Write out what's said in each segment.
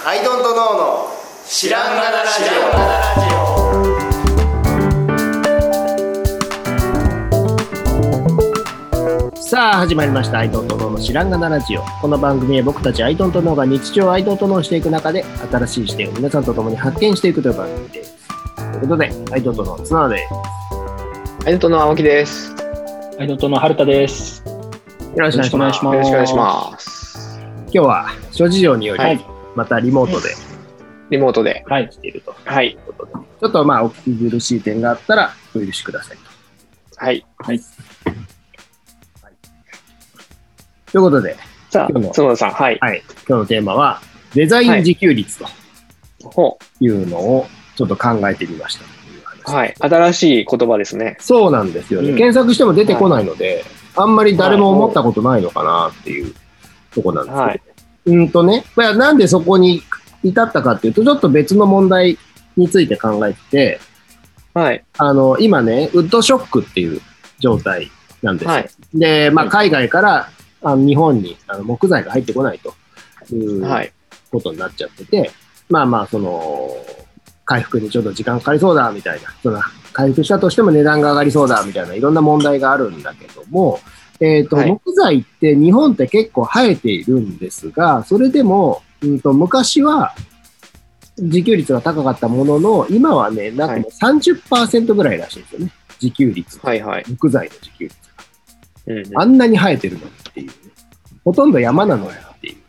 アイドントノーの知らんがなラジオ。さあ始まりましたアイドントノーの知らんがなラジオ。この番組は僕たちアイドントノーが日常をアイドントノーしていく中で新しい視点を皆さんと共に発見していくという番組です。ということでアイドントノーの綱です。 アイドントノー青木です。 アイドントノー春田です。 よろしくお願いします。よろしくお願いします。 今日は諸事情により、またリモートでしているということで、ちょっとお聞き苦しい点があったらお許しくださいと。 はい。 ということで、 さあ、角田さん、今日のテーマはデザイン自給率というのをちょっと考えてみました。 はい、新しい言葉ですね。 そうなんですよね。検索しても出てこないので、あんまり誰も思ったことないのかなっていうとこなんですけど、なんでそこに至ったかっていうと、ちょっと別の問題について考えてて、今ね、ウッドショックっていう状態なんですよ。で、海外から日本に木材が入ってこないということになっちゃってて、回復にちょっと時間かかりそうだみたいな、回復したとしても値段が上がりそうだみたいないろんな問題があるんだけども、木材って日本って結構生えているんですが、それでも、昔は自給率が高かったものの、今はね、なんかもう 30% ぐらいらしいんですよね、自給率。木材の自給率が。あんなに生えてるのにっていうね。ほとんど山なのよっていう。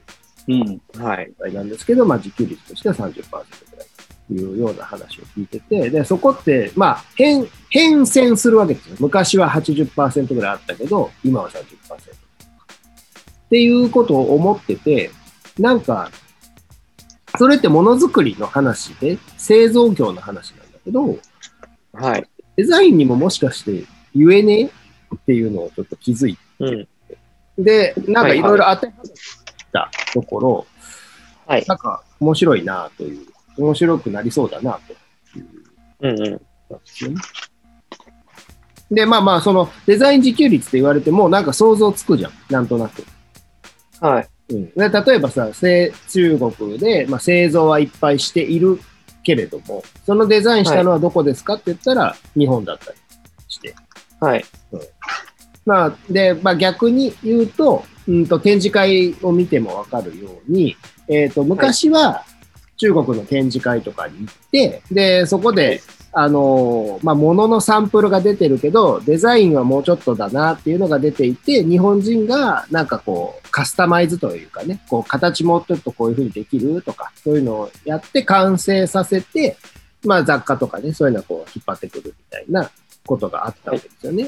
なんですけど、自給率としては 30% ぐらいというような話を聞いてて、で、そこって、変遷するわけですよ。昔は 80% ぐらいあったけど、今は 30%。っていうことを思ってて、なんか、それってものづくりの話で、製造業の話なんだけど、デザインにももしかして言えねえっていうのをちょっと気づいて、で、なんかいろいろ当てはめたところ、なんか面白いなという、面白くなりそうだなという。で、そのデザイン自給率って言われても、なんか想像つくじゃん、なんとなく。で例えばさ、中国で、製造はいっぱいしているけれども、そのデザインしたのはどこですかって言ったら、日本だったりして。で、逆に言うと、展示会を見てもわかるように、昔は中国の展示会とかに行って、で、そこで、物のサンプルが出てるけど、デザインはもうちょっとだなっていうのが出ていて、日本人がなんかこう、カスタマイズというかね、こう、形もちょっとこういう風にできるとか、そういうのをやって完成させて、雑貨とかね、そういうのをこう、引っ張ってくるみたいなことがあったわけですよね。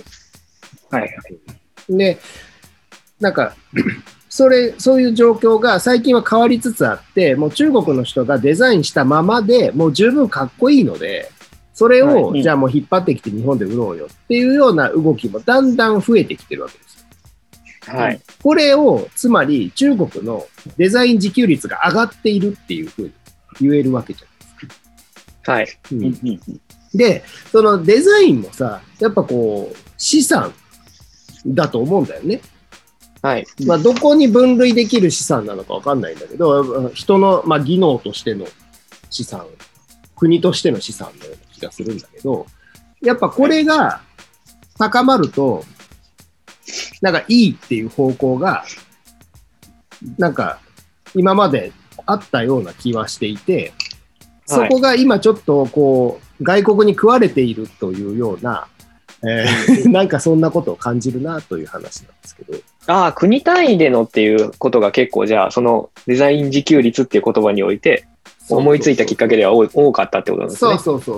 で、なんか、そういう状況が最近は変わりつつあって、もう中国の人がデザインしたままでもう十分かっこいいので、それを、じゃあもう引っ張ってきて日本で売ろうよっていうような動きもだんだん増えてきてるわけですよ。これを、つまり中国のデザイン自給率が上がっているっていうふうに言えるわけじゃないですか。で、そのデザインもさ、やっぱこう、資産だと思うんだよね。どこに分類できる資産なのかわかんないんだけど、人の、技能としての資産、国としての資産のような気がするんだけど、やっぱこれが高まると、なんかいいっていう方向が、なんか今まであったような気はしていて、そこが今ちょっとこう、外国に食われているというような、なんかそんなことを感じるなという話なんですけど。 国単位でのっていうことが結構じゃあ、そのデザイン自給率っていう言葉において、思いついたきっかけでは多かったってことなんですね。 そう。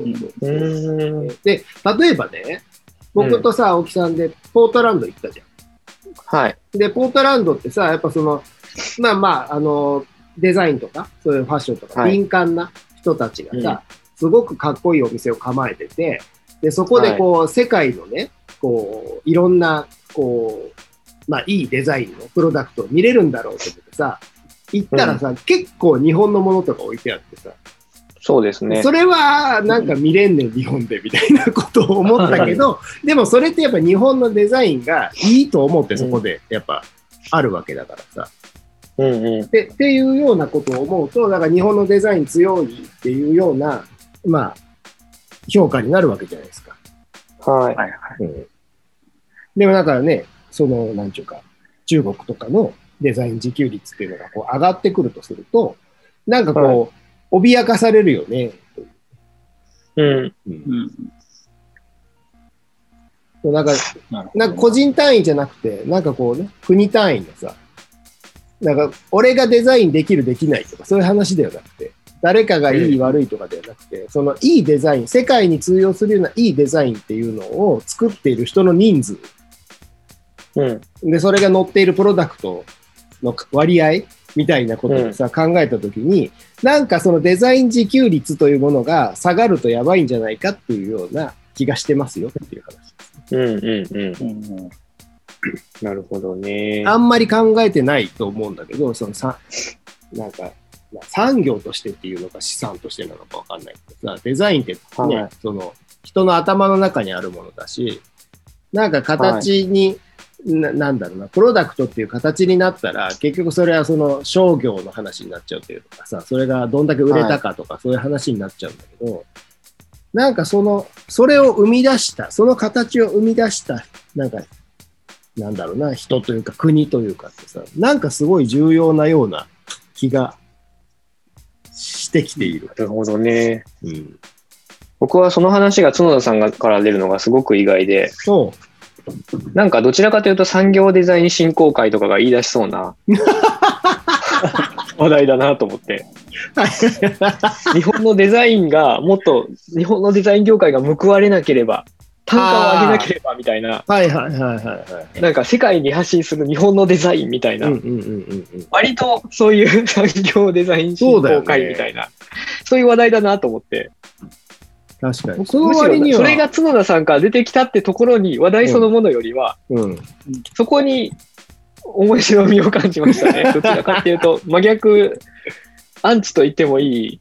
で、例えばね、僕とさ、青木さんでポートランド行ったじゃん。で、ポートランドってさ、やっぱその、デザインとか、そういうファッションとか、敏感な人たちがさ、すごくかっこいいお店を構えてて、で、そこでこう、世界のね、こう、いろんな、こう、いいデザインのプロダクトを見れるんだろうと思ってさ、行ったらさ、結構日本のものとか置いてあってさ、 そうですね。 それはなんか見れんねん、日本でみたいなことを思ったけど、でもそれってやっぱ日本のデザインがいいと思ってそこでやっぱあるわけだからさ。 っていうようなことを思うと、だから日本のデザイン強いっていうような、まあ、評価になるわけじゃないですか。 はい。 でもだからね、なんちゅうか、中国とかのデザイン自給率っていうのがこう上がってくるとすると、なんかこう、脅かされるよね。なんか個人単位じゃなくて、なんかこうね、国単位のさ、なんか俺がデザインできるできないとかそういう話ではなくて、誰かがいい悪いとかではなくて、そのいいデザイン、世界に通用するようないいデザインっていうのを作っている人の人数、でそれが載っているプロダクトの割合みたいなことをさ、考えたときに、なんかそのデザイン自給率というものが下がるとやばいんじゃないかっていうような気がしてますよっていう話です。 なるほどね。 あんまり考えてないと思うんだけど、なんか産業としてっていうのか資産としてなのかわかんないけどさ、デザインってね、その人の頭の中にあるものだし、なんか形に、なんだろうな、プロダクトっていう形になったら、結局それはその商業の話になっちゃうというかさ、それがどんだけ売れたかとか、そういう話になっちゃうんだけど、なんかそれを生み出した、その形を生み出した、なんだろうな、人というか国というかってさ、なんかすごい重要なような気がしてきている。 なるほどね。僕はその話が角田さんから出るのがすごく意外で、なんかどちらかというと産業デザイン振興会とかが言い出しそうな話題だなと思って。日本のデザインがもっと、日本のデザイン業界が報われなければ、単価を上げなければみたいな、なんか世界に発信する日本のデザインみたいな、割とそういう産業デザイン振興会みたいな、そういう話題だなと思って。 確かに。 むしろそれが角田さんから出てきたってところに話題そのものよりは、そこに面白みを感じましたね。どちらかっていうと真逆、アンチと言ってもいい。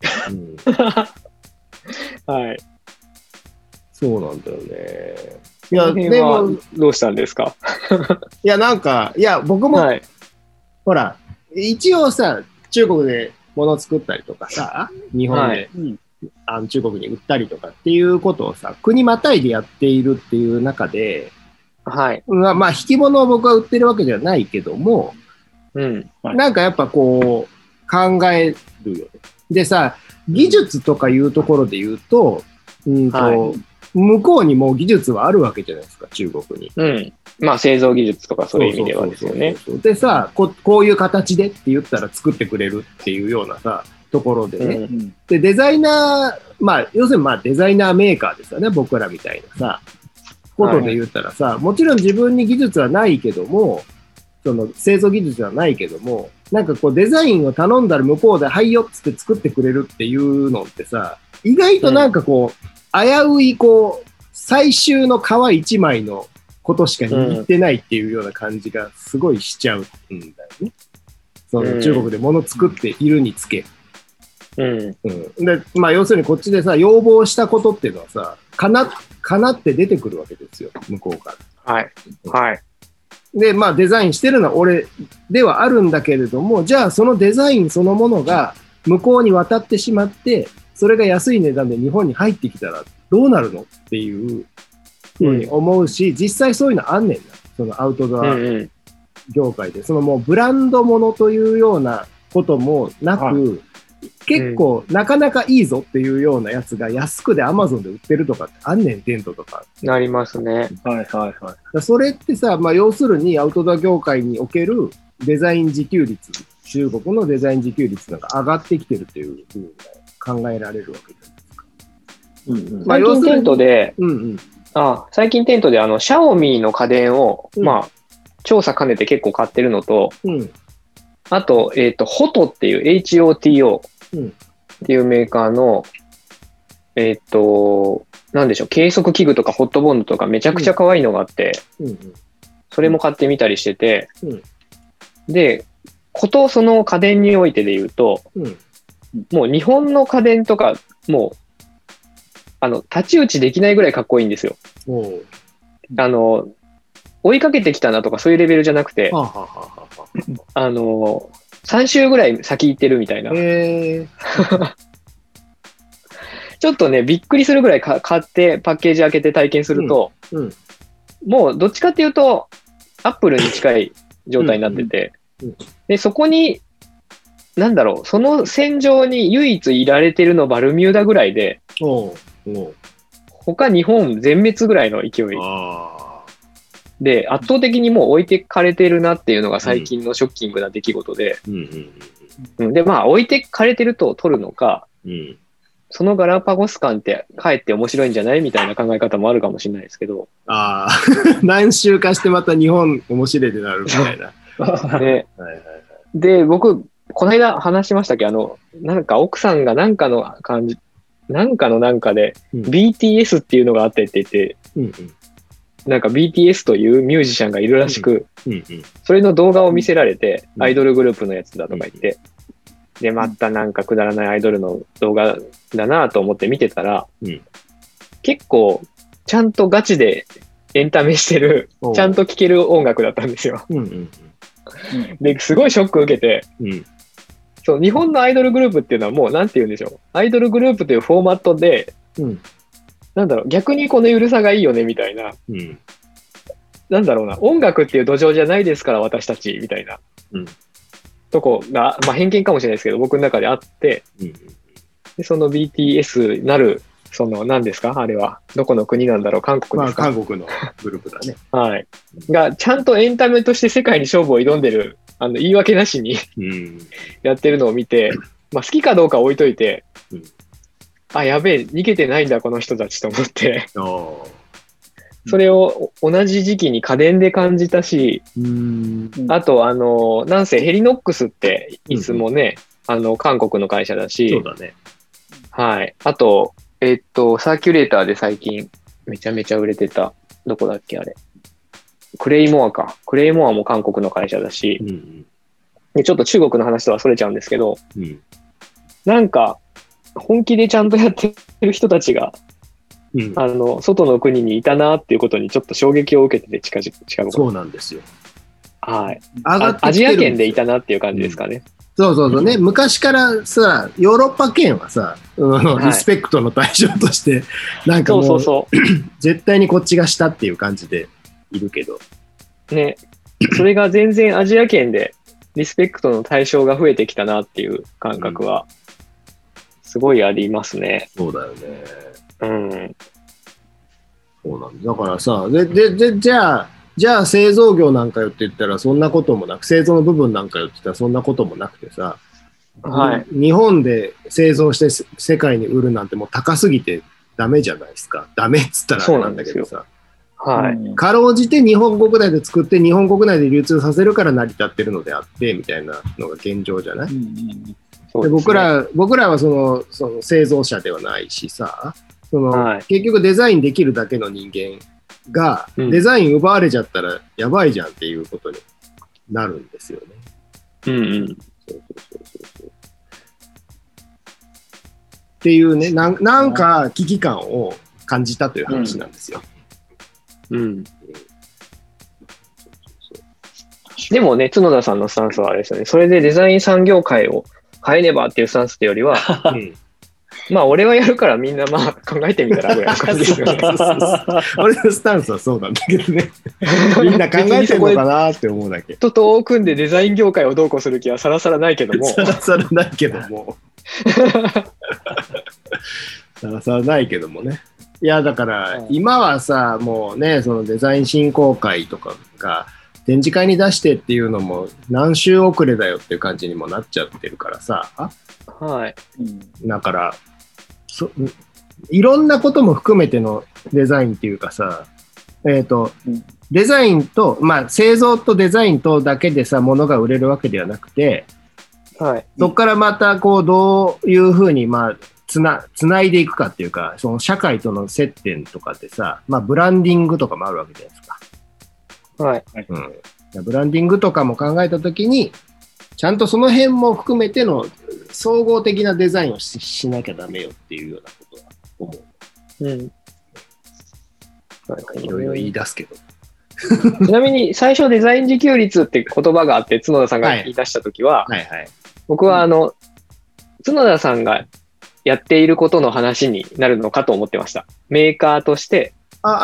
はい。 そうなんだよね。 いや、でもどうしたんですか？ いや、なんか、いや、僕も、ほら、一応さ、中国で物作ったりとかさ、日本で、中国に売ったりとかっていうことをさ、国またいでやっているっていう中で、まあ、引き物を僕は売ってるわけじゃないけども、なんかやっぱこう、考えるよね。でさ、技術とかいうところで言うと、向こうにもう技術はあるわけじゃないですか、中国に。 まあ製造技術とかそういう意味ではですよね。 でさ、こういう形でって言ったら作ってくれるっていうようなさ、ところでね。で、デザイナー、まあ、要するにまあデザイナーメーカーですよね、僕らみたいなさ、ことで言ったらさ、もちろん自分に技術はないけども、その製造技術はないけども、なんかこうデザインを頼んだら向こうではいよっつって作ってくれるっていうのってさ、意外となんかこう、危ういこう、最終の皮一枚のことしか握ってないっていうような感じがすごいしちゃうんだよね。その中国で物作っているにつけ。で、まあ要するにこっちでさ、要望したことっていうのはさ、かなって出てくるわけですよ、向こうから。で、まあデザインしてるのは俺ではあるんだけれども、じゃあそのデザインそのものが向こうに渡ってしまって、それが安い値段で日本に入ってきたらどうなるのっていうふうに思うし、実際そういうのあんねんな。そのアウトドア業界で。そのもうブランドものというようなこともなく、結構なかなかいいぞっていうようなやつが安くで Amazon で売ってるとかってあんねん、テントとか。 なりますね。 それってさ、まあ要するにアウトドア業界におけるデザイン自給率、中国のデザイン自給率が上がってきてるっていうふうに考えられるわけじゃないですか。 最近テントで、最近テントでシャオミの家電を、まあ、調査兼ねて結構買ってるのと、あと、HOTO っていう、HOTO っていうメーカーの、なんでしょう、計測器具とかホットボンドとかめちゃくちゃ可愛いのがあって、それも買ってみたりしてて、で、ことその家電においてで言うと、もう日本の家電とか、もう、太刀打ちできないぐらいかっこいいんですよ。追いかけてきたなとかそういうレベルじゃなくて、 3週ぐらい先行ってるみたいな。ちょっとね、びっくりするぐらい買ってパッケージ開けて体験すると、もうどっちかっていうと、アップルに近い状態になってて、で、そこに、なんだろう、その戦場に唯一いられてるのバルミューダぐらいで、他日本全滅ぐらいの勢いで、圧倒的にもう置いてかれてるなっていうのが最近のショッキングな出来事で、で、まあ置いてかれてると取るのか、そのガラパゴス感ってかえって面白いんじゃないみたいな考え方もあるかもしれないですけど。 何周かしてまた日本面白いってなるみたいな。 で、僕、この間話しましたけど、なんか奥さんがなんかので、BTS っていうのがあってって言って、なんか BTS というミュージシャンがいるらしく、それの動画を見せられて、アイドルグループのやつだとか言って、で、またなんかくだらないアイドルの動画だなと思って見てたら、結構ちゃんとガチでエンタメしてる、ちゃんと聴ける音楽だったんですよ。で、すごいショック受けて、そう、日本のアイドルグループっていうのはもうなんて言うんでしょう。アイドルグループというフォーマットで、なんだろう、逆にこの緩さがいいよねみたいな、なんだろうな、音楽っていう土壌じゃないですから私たちみたいな、とこが、まあ偏見かもしれないですけど、僕の中であって、でその BTS なる、その何ですかあれは、どこの国なんだろう、韓国ですか。 韓国のグループだね。 はい。が、ちゃんとエンタメとして世界に勝負を挑んでる、言い訳なしにやってるのを見て、まあ好きかどうか置いといて、やべえ、逃げてないんだ、この人たちと思って。それを同じ時期に家電で感じたし、あと、なんせヘリノックスっていつもね、韓国の会社だし、 そうだね。 はい。あと、サーキュレーターで最近めちゃめちゃ売れてた、どこだっけあれ。クレイモアか。クレイモアも韓国の会社だし、でちょっと中国の話とはそれちゃうんですけど、なんか、本気でちゃんとやってる人たちが、外の国にいたなっていうことにちょっと衝撃を受けてて、近々。 そうなんですよ。 はい。アジア圏でいたなっていう感じですかね。 そうね。昔からさ、ヨーロッパ圏はさ、リスペクトの対象として、なんかもう、絶対にこっちが下っていう感じでいるけど。 ね。それが全然アジア圏でリスペクトの対象が増えてきたなっていう感覚は、すごいありますね。 そうだよね。そうなんだ。だからさ、じゃあ製造業なんかよって言ったらそんなこともなく、製造の部分なんかよって言ったらそんなこともなくてさ、日本で製造して世界に売るなんてもう高すぎてダメじゃないですか。ダメっつったらあれなんだけどさ。かろうじて日本国内で作って日本国内で流通させるから成り立ってるのであってみたいなのが現状じゃない。で僕らはその製造者ではないしさ、結局デザインできるだけの人間がデザイン奪われちゃったらやばいじゃんっていうことになるんですよね。っていうね、なんか危機感を感じたという話なんですよ。 でもね、角田さんのスタンスはあれですよね。それでデザイン産業界を変えねばっていうスタンスってよりは、まあ俺はやるからみんなまあ考えてみたらぐらいの感じですよね。 俺のスタンスはそうなんだけどね。みんな考えてるのかなって思うだけ。 人と組んでデザイン業界をどうこうする気はさらさらないけども。 さらさらないけども。さらさらないけどもね。いやだから今はさ、もうね、そのデザイン振興会とかが展示会に出してっていうのも何週遅れだよっていう感じにもなっちゃってるからさ。だからいろんなことも含めてのデザインっていうかさ、デザインと、まあ製造とデザインとだけでさ、物が売れるわけではなくて、そこからまたこうどういうふうにまあつないでいくかっていうか、その社会との接点とかでさ、まあブランディングとかもあるわけじゃないですか。ブランディングとかも考えたときに、ちゃんとその辺も含めての総合的なデザインを しなきゃダメよっていうようなことは思う。いろいろ言い出すけど。 ちなみに最初デザイン自給率って言葉があって角田さんが言い出したときは、 はいはいはい、 僕は角田さんがやっていることの話になるのかと思ってました。メーカーとして、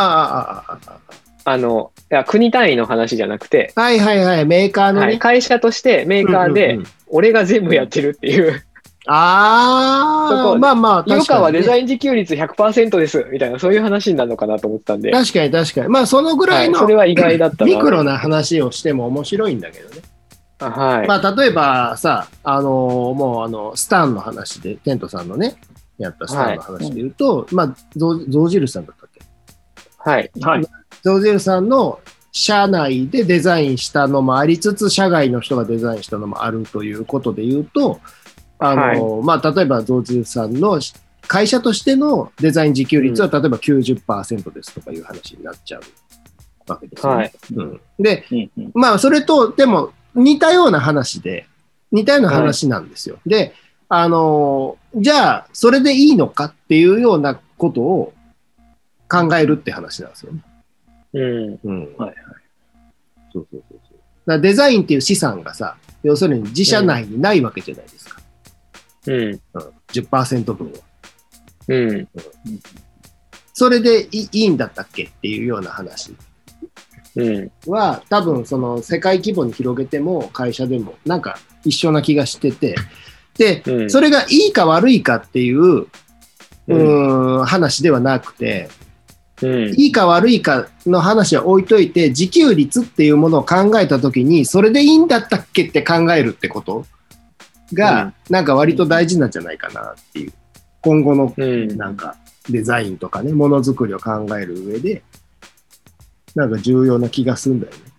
いや国単位の話じゃなくて、 はいはいはい、メーカーのね、 はい、会社としてメーカーで、俺が全部やってるっていう。 まあまあ、 井岡はデザイン自給率 100% ですみたいな、そういう話になるのかなと思ってたんで。 確かに確かに。まあそのぐらいの、 それは意外だったな。 ミクロな話をしても面白いんだけどね。 はい。 まあ例えばさ、もうスタンの話で、テントさんのね、やったスタンの話で言うと、まあ、ゾウジルさんだったっけ？ はい。はい。 ゾウジルさんの社内でデザインしたのもありつつ、社外の人がデザインしたのもあるということで言うと、まあ、例えばゾウジルさんの会社としてのデザイン自給率は、例えば 90% ですとかいう話になっちゃうわけですよね。はい。で、まあ、それと、でも、似たような話なんですよ。はい、で、じゃあ、それでいいのかっていうようなことを考えるって話なんですよね。はいはい。そう。だからデザインっていう資産がさ、要するに自社内にないわけじゃないですか。10% 分は。それでいいんだったっけっていうような話は、多分その世界規模に広げても会社でもなんか一緒な気がしてて、で、それがいいか悪いかっていう、話ではなくて、いいか悪いかの話は置いといて、自給率っていうものを考えたときに、それでいいんだったっけって考えるってことが、なんか割と大事なんじゃないかなっていう。今後のなんかデザインとかね、ものづくりを考える上で、なんか重要な気がするんだよね。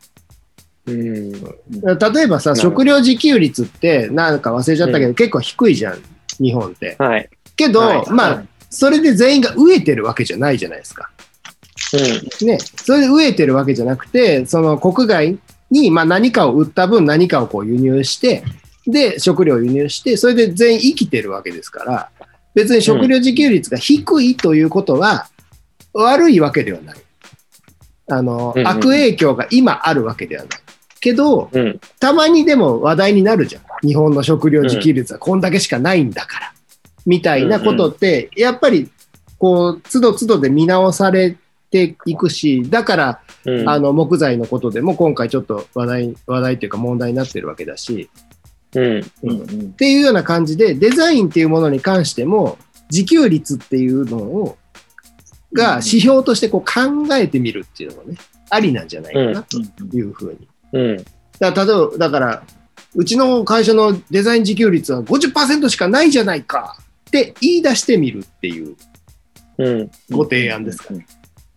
例えばさ、食料自給率ってなんか忘れちゃったけど、結構低いじゃん、日本って。はい、けど、まあ、それで全員が飢えてるわけじゃないじゃないですか。ね、それで飢えてるわけじゃなくて、その国外にまあ何かを売った分何かをこう輸入して、で、食料を輸入して、それで全員生きてるわけですから、別に食料自給率が低いということは悪いわけではない。悪影響が今あるわけではない。けど、たまにでも話題になるじゃん。日本の食料自給率はこんだけしかないんだから。みたいなことって、やっぱり、こう、都度都度で見直されていくし、だから、木材のことでも今回ちょっと話題というか問題になってるわけだし、っていうような感じで、デザインっていうものに関しても、自給率っていうのが指標としてこう考えてみるっていうのもね、ありなんじゃないかなというふうに。だからうちの会社のデザイン自給率は 50% しかないじゃないかって言い出してみるっていうご提案ですかね。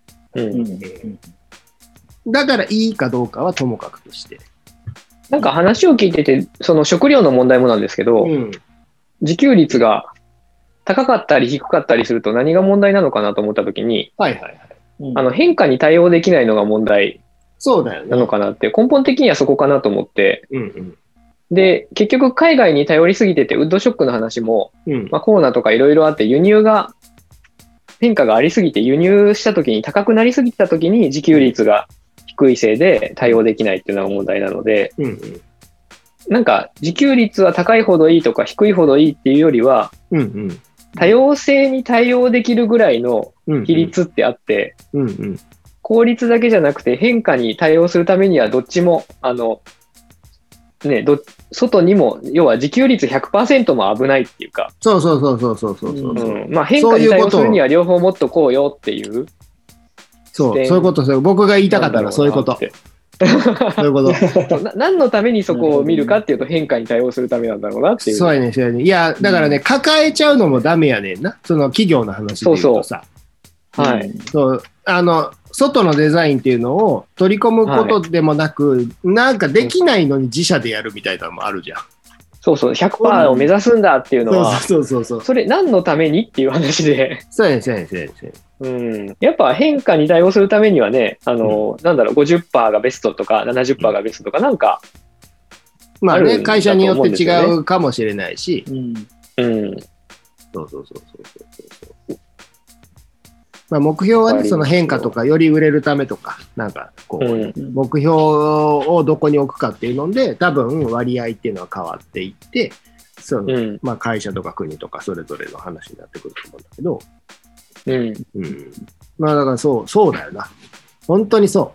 だからいいかどうかはともかくとして。 なんか話を聞いてて、その食料の問題もなんですけど、自給率が高かったり低かったりすると何が問題なのかなと思ったときに、変化に対応できないのが問題なのかなって、根本的にはそこかなと思って、で、結局海外に頼りすぎてて、ウッドショックの話も、まあ、コロナとかいろいろあって輸入が、変化がありすぎて輸入したときに高くなりすぎたときに自給率が低いせいで対応できないっていうのが問題なので、なんか自給率は高いほどいいとか低いほどいいっていうよりは、多様性に対応できるぐらいの比率ってあって、効率だけじゃなくて変化に対応するためにはどっちも、外にも、要は自給率 100% も危ないっていうか。 そう。 まあ変化に対応するには両方もっとこうよっていう。 そういうことですよ。僕が言いたかったのはそういうこと。そういうこと何のためにそこを見るかっていうと変化に対応するためなんだろうなっていう。 そうやね。いや、だからね、抱えちゃうのもダメやねんな。その企業の話で言うとさ。 はい。 外のデザインっていうのを取り込むことでもなく、なんかできないのに自社でやるみたいなのもあるじゃん。 そう、100% を目指すんだっていうのは、 そう。 それ何のためにっていう話で。 そうやね。 やっぱ変化に対応するためにはね、50% がベストとか70% がベストとかなんか、 まあね、会社によって違うかもしれないし。そう。 まあ、目標はね、その変化とか、より売れるためとか、なんかこう、目標をどこに置くかっていうので、多分割合っていうのは変わっていって、そのまあ、会社とか国とかそれぞれの話になってくると思うんだけど、まあだからそうだよな。本当にそう。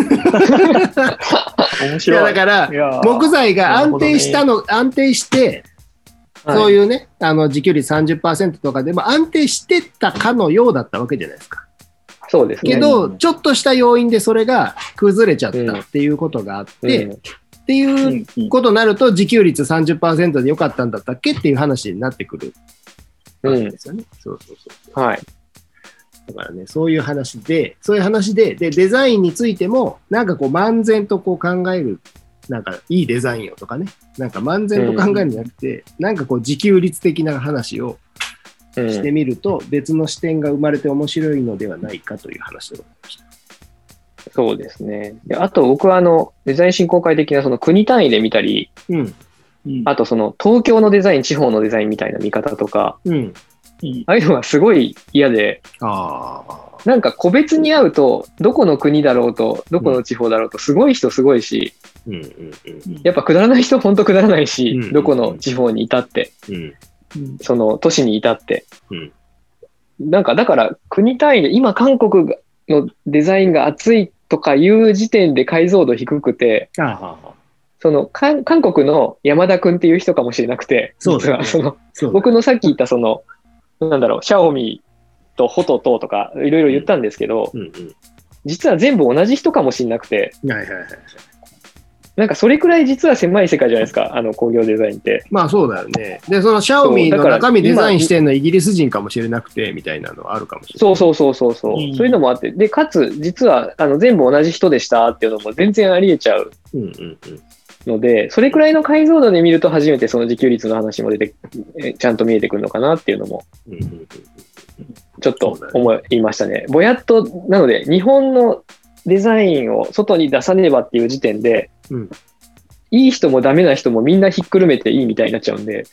面白い。いやだから木材が安定して、そういうね、自給率 30% とかでも安定してたかのようだったわけじゃないですか。 そうですね。 けど、ちょっとした要因でそれが崩れちゃったっていうことがあって、っていうことになると、自給率 30% で良かったんだったっけっていう話になってくるわけですよね。そう。 はい。 だからね、そういう話で、デザインについても、なんかこう、漫然とこう考える、なんかいいデザインをとかね、なんか漫然と考えるんじゃなくて、なんかこう、自給率的な話をしてみると、別の視点が生まれて面白いのではないかという話でございました。 そうですね。あと僕はデザイン振興会的なその国単位で見たり、あとその東京のデザイン、地方のデザインみたいな見方とか、ああいうのがすごい嫌で、なんか個別に会うと、どこの国だろうと、どこの地方だろうと、すごい人すごいし、やっぱくだらない人ほんとくだらないし、どこの地方にいたって、その都市にいたって。なんかだから国単位で今韓国のデザインが熱いとかいう時点で解像度低くて、その韓国の山田君っていう人かもしれなくて、実は僕のさっき言ったなんだろう、シャオミとホトとかいろいろ言ったんですけど、実は全部同じ人かもしれなくて、なんかそれくらい実は狭い世界じゃないですか、工業デザインって。 まあそうだよね。で、そのシャオミの中身デザインしてるのはイギリス人かもしれなくてみたいなのはあるかもしれない。 そう。そういうのもあって、で、かつ実は全部同じ人でしたっていうのも全然ありえちゃうので、それくらいの解像度で見ると初めてその自給率の話もちゃんと見えてくるのかなっていうのも、ちょっと思いましたね。ぼやっと、なので、日本のデザインを外に出さねばっていう時点で、いい人もダメな人もみんなひっくるめていいみたいになっちゃうんで、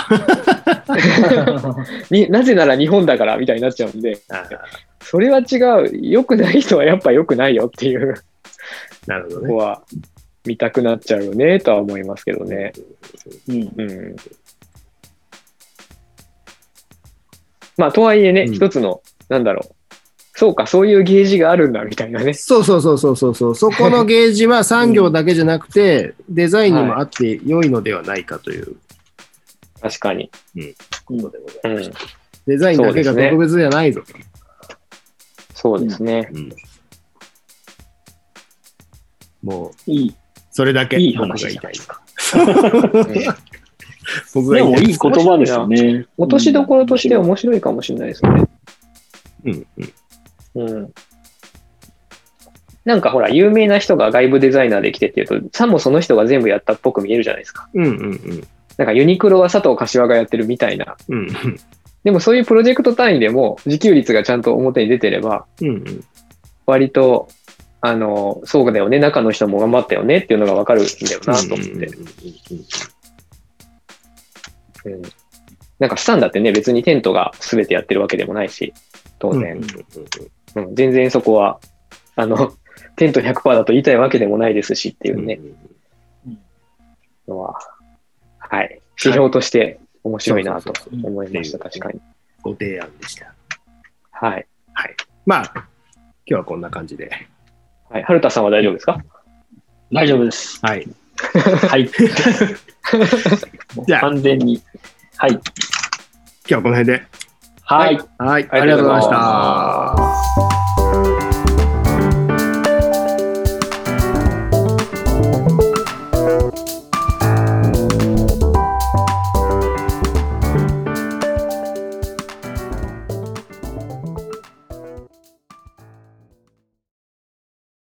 なぜなら日本だからみたいになっちゃうんで、それは違う。良くない人はやっぱ良くないよっていう、 なるほどね。 ここは見たくなっちゃうよねとは思いますけどね。まあとはいえね、一つのなんだろう。そうか、そういうゲージがあるんだみたいなね。 そう。そこのゲージは産業だけじゃなくて、デザインにもあって良いのではないかという。 確かに。 ことでございます。デザインだけが特別じゃないぞ。 そうですね。 もう、それだけ僕が言いたい。 でもいい言葉ですよね。 落としどころとして面白いかもしれないですね。なんかほら、有名な人が外部デザイナーで来てっていうと、さもその人が全部やったっぽく見えるじゃないですか。なんかユニクロは佐藤柏がやってるみたいな。でもそういうプロジェクト単位でも自給率がちゃんと表に出てれば、割と、そうだよね、中の人も頑張ったよねっていうのがわかるんだよなと思って。なんかスタンダってね、別にテントが全てやってるわけでもないし、当然。全然そこは、テント 100% だと言いたいわけでもないですしっていうね、のは、はい。指標として面白いなと思いました、確かに。 ご提案でした。 はい。 まあ、今日はこんな感じで。 はい。春田さんは大丈夫ですか？ 大丈夫です。 はい。 じゃあ、完全に。はい。 今日はこの辺で。 はい。 ありがとうございました。